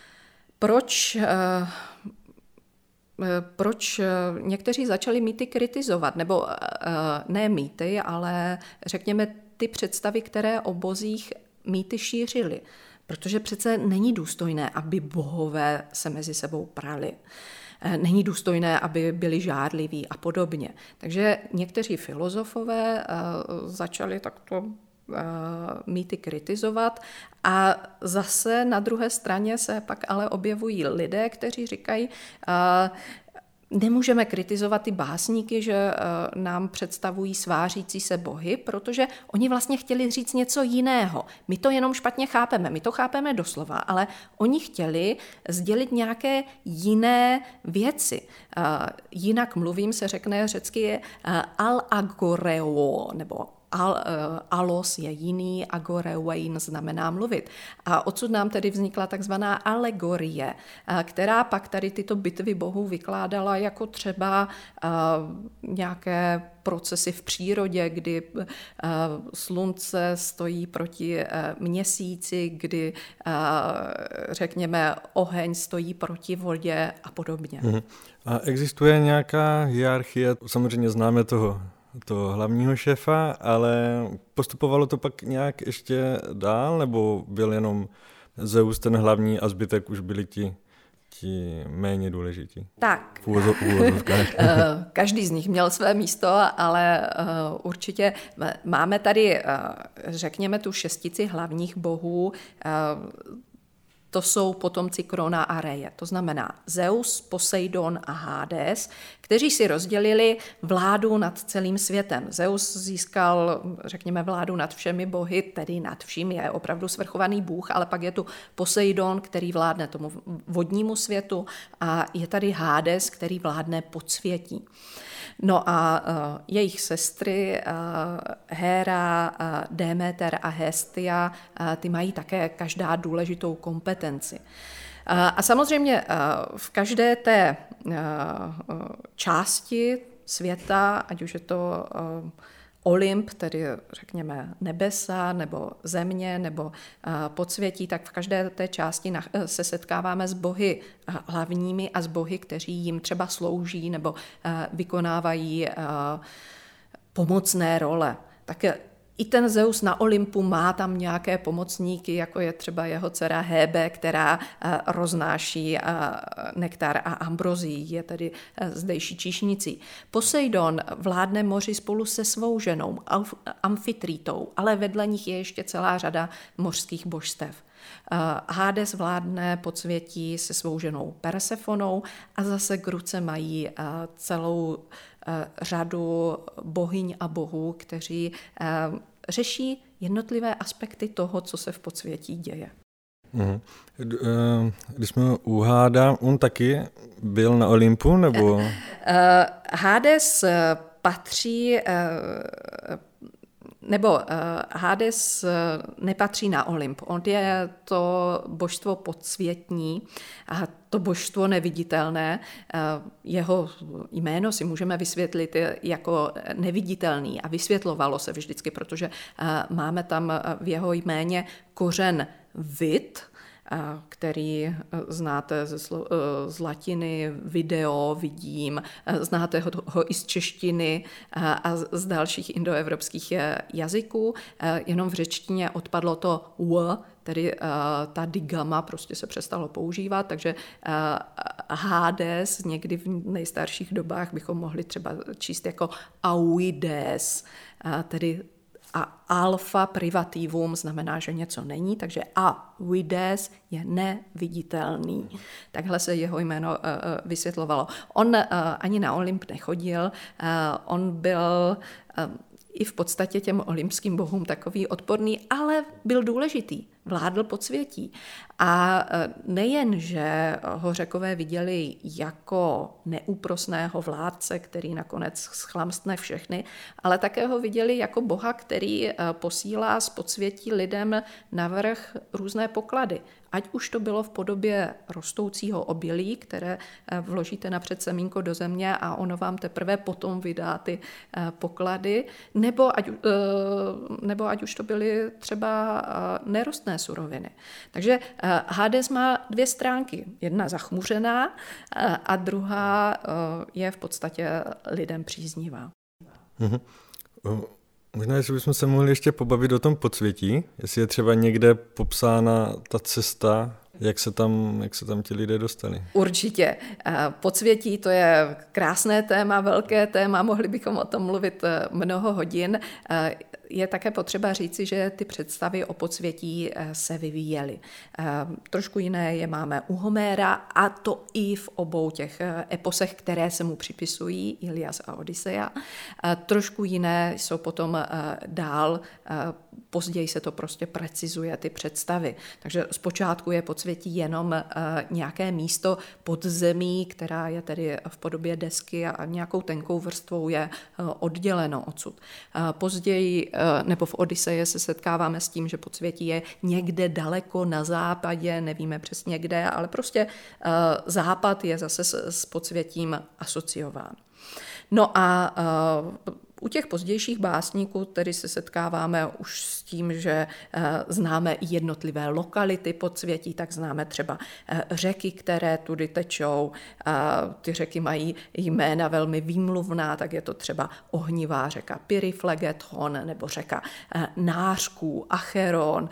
proč někteří začali mýty kritizovat, nebo ne mýty, ale řekněme ty představy, které o bozích mýty šířily. Protože přece není důstojné, aby bohové se mezi sebou prali. Není důstojné, aby byli žárliví a podobně. Takže někteří filozofové začali takto mýty kritizovat a zase na druhé straně se pak ale objevují lidé, kteří říkají, nemůžeme kritizovat ty básníky, že nám představují svářící se bohy, protože oni vlastně chtěli říct něco jiného. My to jenom špatně chápeme, my to chápeme doslova, ale oni chtěli sdělit nějaké jiné věci. Jinak mluvím se řekne řecky al-agoreo, nebo alos je jiný, agorewein znamená mluvit. A odsud nám tedy vznikla takzvaná alegorie, která pak tady tyto bitvy bohů vykládala jako třeba nějaké procesy v přírodě, kdy slunce stojí proti měsíci, kdy řekněme oheň stojí proti vodě a podobně. A existuje nějaká hierarchie? Samozřejmě známe toho hlavního šéfa, ale postupovalo to pak nějak ještě dál, nebo byl jenom Zeus ten hlavní a zbytek už byli ti méně důležití? Tak. Každý z nich měl své místo, ale určitě máme tady, řekněme, tu šestici hlavních bohů. To jsou potomci Krona a Reje. To znamená Zeus, Poseidon a Hades, kteří si rozdělili vládu nad celým světem. Zeus získal, řekněme, vládu nad všemi bohy, tedy nad vším, je opravdu svrchovaný bůh, ale pak je tu Poseidon, který vládne tomu vodnímu světu a je tady Hades, který vládne podsvětí. No a jejich sestry Héra, Demeter a Hestia, ty mají také každá důležitou kompetenci. A samozřejmě v každé té části světa, ať už je to Olymp, tedy řekněme nebesa, nebo země, nebo podsvětí, tak v každé té části se setkáváme s bohy hlavními a s bohy, kteří jim třeba slouží nebo vykonávají pomocné role. Tak i ten Zeus na Olympu má tam nějaké pomocníky, jako je třeba jeho dcera Hébe, která roznáší nektar a ambrozii, je tedy zdejší číšnicí. Poseidon vládne moři spolu se svou ženou, Amfitrítou, ale vedle nich je ještě celá řada mořských božstev. Hades vládne podsvětí se svou ženou Persefonou a zase k ruce mají celou řadu bohyň a bohů, kteří řeší jednotlivé aspekty toho, co se v podsvětí děje. Když jsme u Háda, on taky byl na Olympu, nebo? Hades patří... Hades nepatří na Olymp. On je to božstvo podsvětní a to božstvo neviditelné. Jeho jméno si můžeme vysvětlit jako neviditelný a vysvětlovalo se vždycky, protože máme tam v jeho jméně kořen vid, který znáte z latiny, video, vidím, znáte ho i z češtiny a z dalších indoevropských jazyků. Jenom v řečtině odpadlo to w, tedy ta digama prostě se přestalo používat, takže Hades někdy v nejstarších dobách bychom mohli třeba číst jako Auides, tedy a alfa privativum znamená, že něco není, takže Auides je neviditelný. Takhle se jeho jméno vysvětlovalo. On ani na Olymp nechodil, on byl i v podstatě těm olympským bohům takový odporný, ale byl důležitý, vládl podsvětí. A nejen, že ho Řekové viděli jako neúprosného vládce, který nakonec schlamstne všechny, ale také ho viděli jako boha, který posílá z podsvětí lidem navrch různé poklady. Ať už to bylo v podobě rostoucího obilí, které vložíte napřed semínko do země a ono vám teprve potom vydá ty poklady, nebo ať už to byly třeba nerostné suroviny. Takže Hades má dvě stránky. Jedna zachmuřená a druhá je v podstatě lidem příznivá. Možná, jestli bychom se mohli ještě pobavit o tom podsvětí, jestli je třeba někde popsána ta cesta, jak se tam ti lidé dostali. Určitě. Podsvětí, to je krásné téma, velké téma, mohli bychom o tom mluvit mnoho hodin. Je také potřeba říci, že ty představy o podsvětí se vyvíjely. Trošku jiné je máme u Homéra, a to i v obou těch eposech, které se mu připisují, Ilias a Odyseja. Trošku jiné jsou potom dál, později se to prostě precizuje, ty představy. Takže zpočátku je podsvětí jenom nějaké místo pod zemí, která je tedy v podobě desky a nějakou tenkou vrstvou je odděleno odsud. Později nebo v Odyseje se setkáváme s tím, že podsvětí je někde daleko na západě, nevíme přesně kde, ale prostě západ je zase s podsvětím asociován. No a u těch pozdějších básníků tedy se setkáváme už s tím, že známe i jednotlivé lokality podsvětí, tak známe třeba řeky, které tudy tečou. Ty řeky mají jména velmi výmluvná, tak je to třeba ohnivá řeka Pyriflegeton nebo řeka Nářků, Acheron,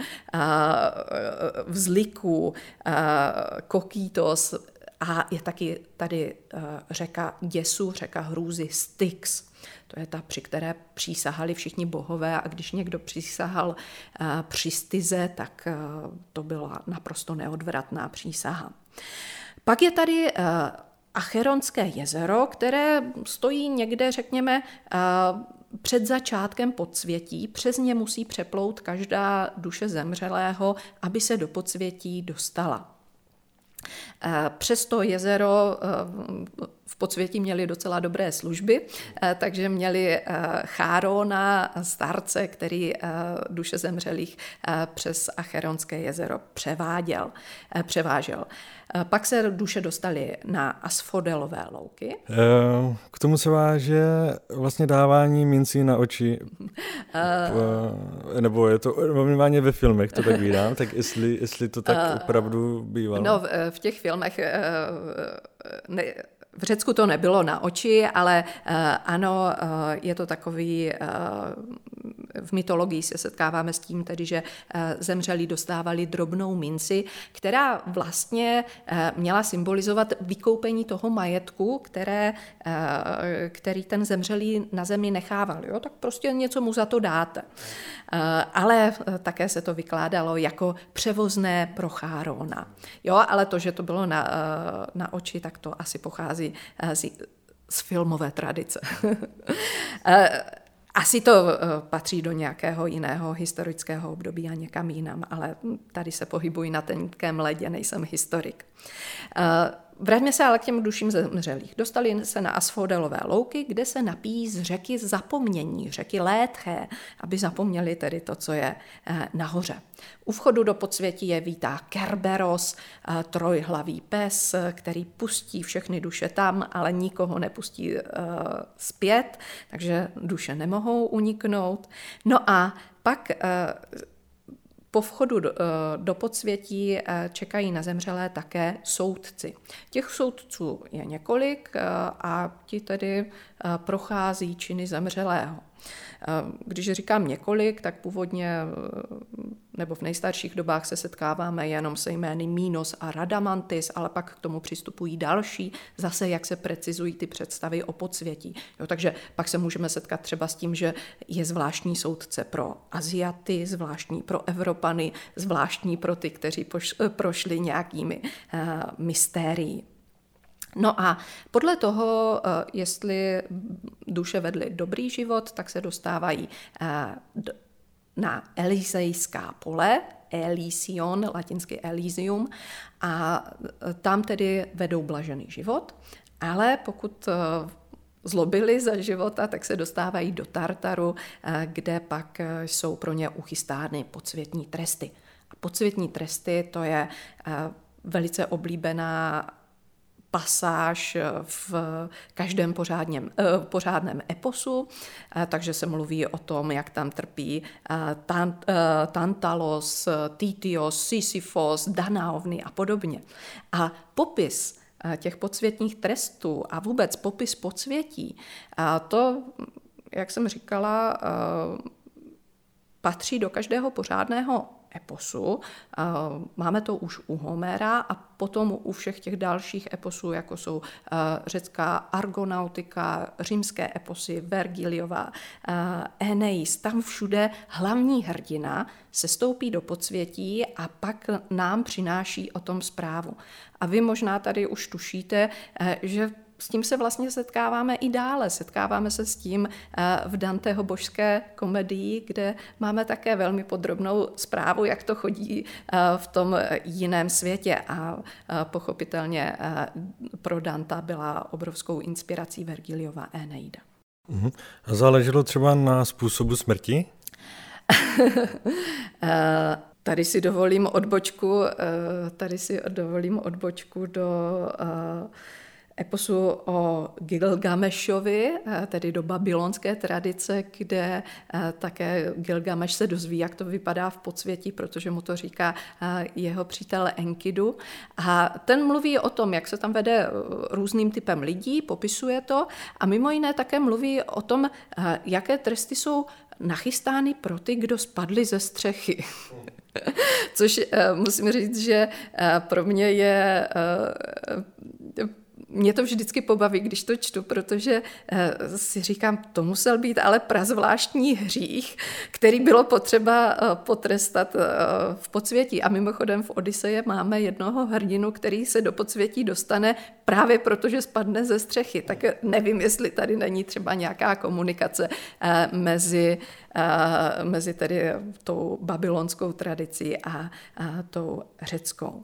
Vzliků, Kokýtos, a je taky tady řeka děsu, řeka hrůzy Styx. To je ta, při které přísahali všichni bohové, a když někdo přísahal při Styze, tak to byla naprosto neodvratná přísaha. Pak je tady Acheronské jezero, které stojí někde, řekněme, před začátkem podsvětí. Přes ně musí přeplout každá duše zemřelého, aby se do podsvětí dostala. Přes to jezero v podsvětí měli docela dobré služby, takže měli Chárona, starce, který duše zemřelých přes Acheronské jezero převážel. Pak se duše dostaly na Asfodelové louky. K tomu se váže vlastně dávání mincí na oči, nebo je to minimálně ve filmech, to tak vídám, tak jestli to tak opravdu bývalo. No, v těch filmech v Řecku to nebylo na oči, ale ano, je to takový, v mytologii se setkáváme s tím, tedy, že zemřelí dostávali drobnou minci, která vlastně měla symbolizovat vykoupení toho majetku, který ten zemřelý na zemi nechával. Jo? Tak prostě něco mu za to dáte. Ale také se to vykládalo jako převozné pro Chárona. Jo, ale to, že to bylo na oči, tak to asi pochází z filmové tradice. Asi to patří do nějakého jiného historického období a někam jinam, ale tady se pohybuji na tenkém ledě, nejsem historik. Vraťme se ale k těm duším zemřelých. Dostali se na Asfodelové louky, kde se napijí z řeky zapomnění, řeky Létché, aby zapomněli tedy to, co je nahoře. U vchodu do podsvětí je vítá Kerberos, trojhlavý pes, který pustí všechny duše tam, ale nikoho nepustí zpět, takže duše nemohou uniknout. No a pak po vchodu do podsvětí čekají na zemřelé také soudci. Těch soudců je několik a ti tedy prochází činy zemřelého. Když říkám několik, tak původně nebo v nejstarších dobách se setkáváme jenom se jmény Minos a Radamantis, ale pak k tomu přistupují další, zase jak se precizují ty představy o podsvětí. Jo, takže pak se můžeme setkat třeba s tím, že je zvláštní soudce pro Aziaty, zvláštní pro Evropany, zvláštní pro ty, kteří prošli nějakými mystérií. No a podle toho, jestli duše vedly dobrý život, tak se dostávají na Elysejská pole, Elysion, latinsky Elysium, a tam tedy vedou blažený život, ale pokud zlobili za života, tak se dostávají do Tartaru, kde pak jsou pro ně uchystány podsvětní tresty. A podsvětní tresty, to je velice oblíbená pasáž v každém pořádném eposu, takže se mluví o tom, jak tam trpí Tantalos, Titios, Sisyfos, Danaovny a podobně. A popis těch podsvětních trestů a vůbec popis podsvětí, to jak jsem říkala, patří do každého pořádného eposu. Máme to už u Homera a potom u všech těch dalších eposů, jako jsou řecká argonautika, římské eposy, Vergiliova, Eneis. Tam všude hlavní hrdina se stoupí do podsvětí a pak nám přináší o tom zprávu. A vy možná tady už tušíte, že s tím se vlastně setkáváme i dále. Setkáváme se s tím v Danteho božské komedii, kde máme také velmi podrobnou zprávu, jak to chodí v tom jiném světě. A pochopitelně pro Danta byla obrovskou inspirací Vergiliova Eneida. A záleželo třeba na způsobu smrti? Tady si dovolím odbočku do eposu o Gilgamešovi, tedy do babylonské tradice, kde také Gilgameš se dozví, jak to vypadá v podsvětí, protože mu to říká jeho přítel Enkidu. A ten mluví o tom, jak se tam vede různým typem lidí, popisuje to a mimo jiné také mluví o tom, jaké tresty jsou nachystány pro ty, kdo spadli ze střechy. Což musím říct, že pro mě to vždycky pobaví, když to čtu, protože si říkám, to musel být ale prazvláštní hřích, který bylo potřeba potrestat v podsvětí. A mimochodem v Odyseje máme jednoho hrdinu, který se do podsvětí dostane právě proto, že spadne ze střechy. Tak nevím, jestli tady není třeba nějaká komunikace mezi tedy tou babylonskou tradicí a tou řeckou.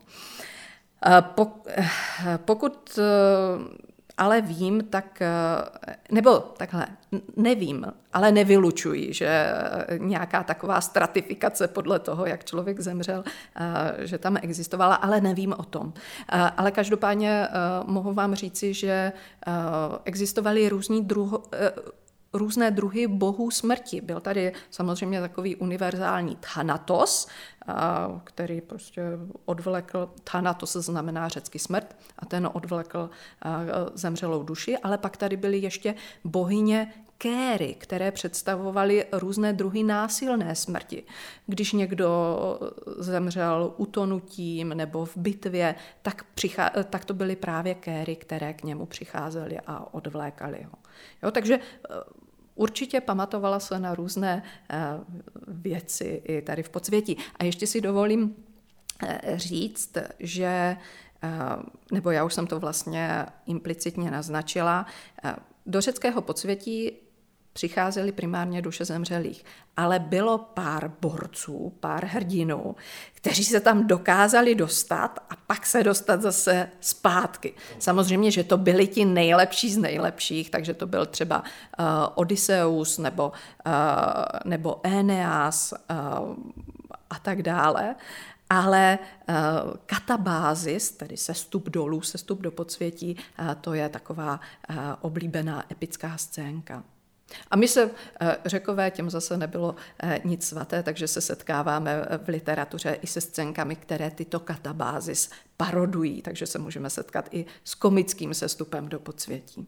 Pokud ale vím, nebo takhle, nevím, ale nevylučuji, že nějaká taková stratifikace podle toho, jak člověk zemřel, že tam existovala, ale nevím o tom. Ale každopádně mohu vám říci, že existovaly různé druhy bohů smrti. Byl tady samozřejmě takový univerzální Thanatos, který prostě odvlekl, Thanatos znamená řecky smrt, a ten odvlekl zemřelou duši, ale pak tady byly ještě bohyně Kéry, které představovaly různé druhy násilné smrti. Když někdo zemřel utonutím nebo v bitvě, tak to byly právě Kéry, které k němu přicházely a odvlékaly ho. Jo, takže určitě pamatovala se na různé věci i tady v podsvětí. A ještě si dovolím říct, že, nebo já už jsem to vlastně implicitně naznačila, do řeckého podsvětí přicházely primárně duše zemřelých, ale bylo pár borců, pár hrdinů, kteří se tam dokázali dostat a pak se dostat zase zpátky. Samozřejmě, že to byli ti nejlepší z nejlepších, takže to byl třeba Odysseus nebo Eneas a tak dále. Ale katabázis, tedy sestup dolů, sestup do podsvětí, to je taková oblíbená epická scénka. A my se, Řekové, těm zase nebylo nic svaté, takže se setkáváme v literatuře i se scénkami, které tyto katabázis parodují, takže se můžeme setkat i s komickým sestupem do podsvětí.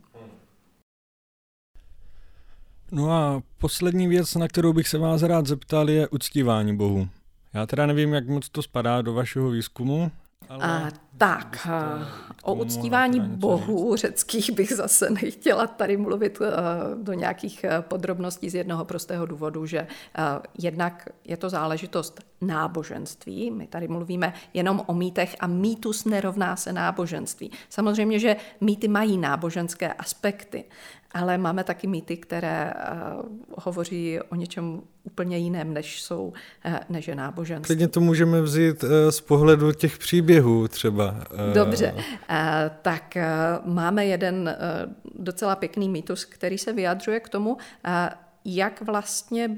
No a poslední věc, na kterou bych se vás rád zeptal, je uctívání bohů. Já teda nevím, jak moc to spadá do vašeho výzkumu. O uctívání bohů řeckých bych zase nechtěla tady mluvit do nějakých podrobností z jednoho prostého důvodu, že jednak je to záležitost náboženství. My tady mluvíme jenom o mýtech a mýtus nerovná se náboženství. Samozřejmě, že mýty mají náboženské aspekty, ale máme taky mýty, které hovoří o něčem úplně jiném, než je náboženství. Klidně to můžeme vzít z pohledu těch příběhů třeba. Dobře, tak máme jeden docela pěkný mýtus, který se vyjadřuje k tomu, jak vlastně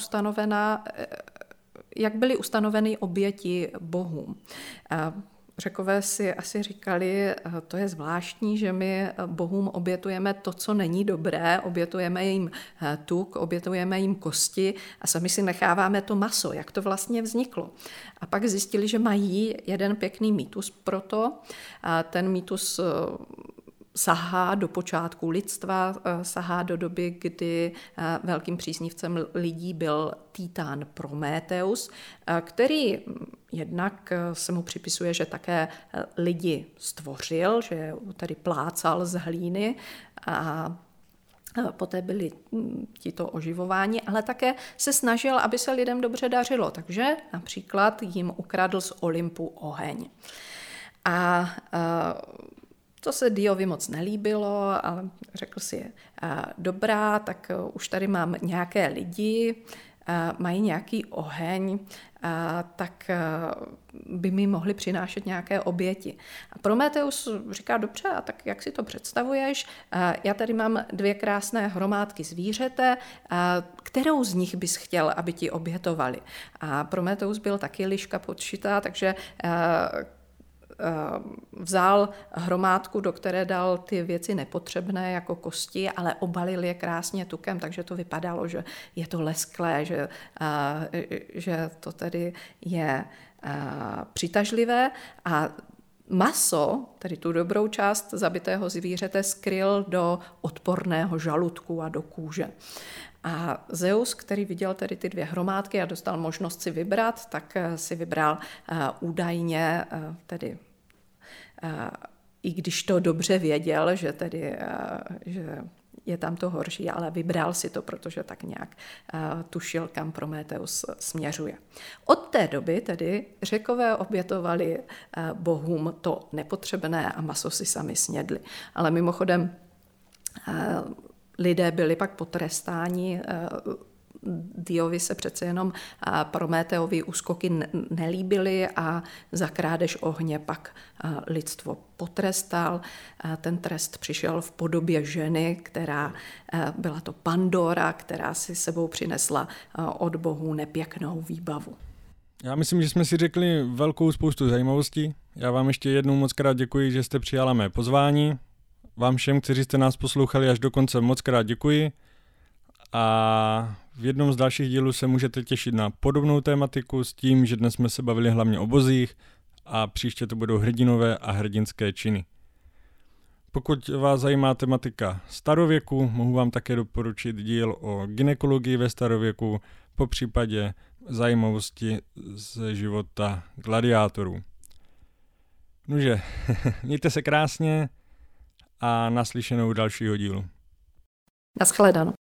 byly ustanoveny oběti bohům. Řekové si asi říkali, to je zvláštní, že my bohům obětujeme to, co není dobré, obětujeme jim tuk, obětujeme jim kosti a sami si necháváme to maso, jak to vlastně vzniklo. A pak zjistili, že mají jeden pěkný mýtus pro to. A ten mýtus sahá do počátku lidstva, sahá do doby, kdy velkým příznivcem lidí byl Titán Prométheus, který jednak se mu připisuje, že také lidi stvořil, že tady plácal z hlíny a poté byli tito oživováni, ale také se snažil, aby se lidem dobře dařilo, takže například jim ukradl z Olympu oheň. A to se Diovi moc nelíbilo, ale řekl si, dobrá, tak už tady mám nějaké lidi, mají nějaký oheň, tak by mi mohli přinášet nějaké oběti. A Prometheus říká, dobře, a tak jak si to představuješ? Já tady mám 2 krásné hromádky zvířete, kterou z nich bys chtěl, aby ti obětovali? A Prometheus byl taky liška podšitá, takže vzal hromádku, do které dal ty věci nepotřebné jako kosti, ale obalil je krásně tukem, takže to vypadalo, že je to lesklé, že to tedy je přitažlivé a maso, tedy tu dobrou část zabitého zvířete, skryl do odporného žaludku a do kůže. A Zeus, který viděl tedy ty 2 hromádky a dostal možnost si vybrat, tak si vybral údajně tedy i když to dobře věděl, že je tam to horší, ale vybral si to, protože tak nějak tušil, kam Prometheus směřuje. Od té doby tedy Řekové obětovali bohům to nepotřebné a maso si sami snědli. Ale mimochodem lidé byli pak potrestáni. Diovi se přece jenom Prometeovi úskoky nelíbily a za krádež ohně pak lidstvo potrestal. Ten trest přišel v podobě ženy, která byla to Pandora, která si sebou přinesla od bohů nepěknou výbavu. Já myslím, že jsme si řekli velkou spoustu zajímavostí. Já vám ještě jednou moc krát děkuji, že jste přijala mé pozvání. Vám všem, kteří jste nás poslouchali až do konce, moc krát děkuji. A v jednom z dalších dílů se můžete těšit na podobnou tématiku s tím, že dnes jsme se bavili hlavně o bozích a příště to budou hrdinové a hrdinské činy. Pokud vás zajímá tematika starověku, mohu vám také doporučit díl o gynekologii ve starověku, popřípadě zajímavosti z života gladiátorů. Nože, mějte se krásně a naslyšenou dalšího dílu. Naschledanou.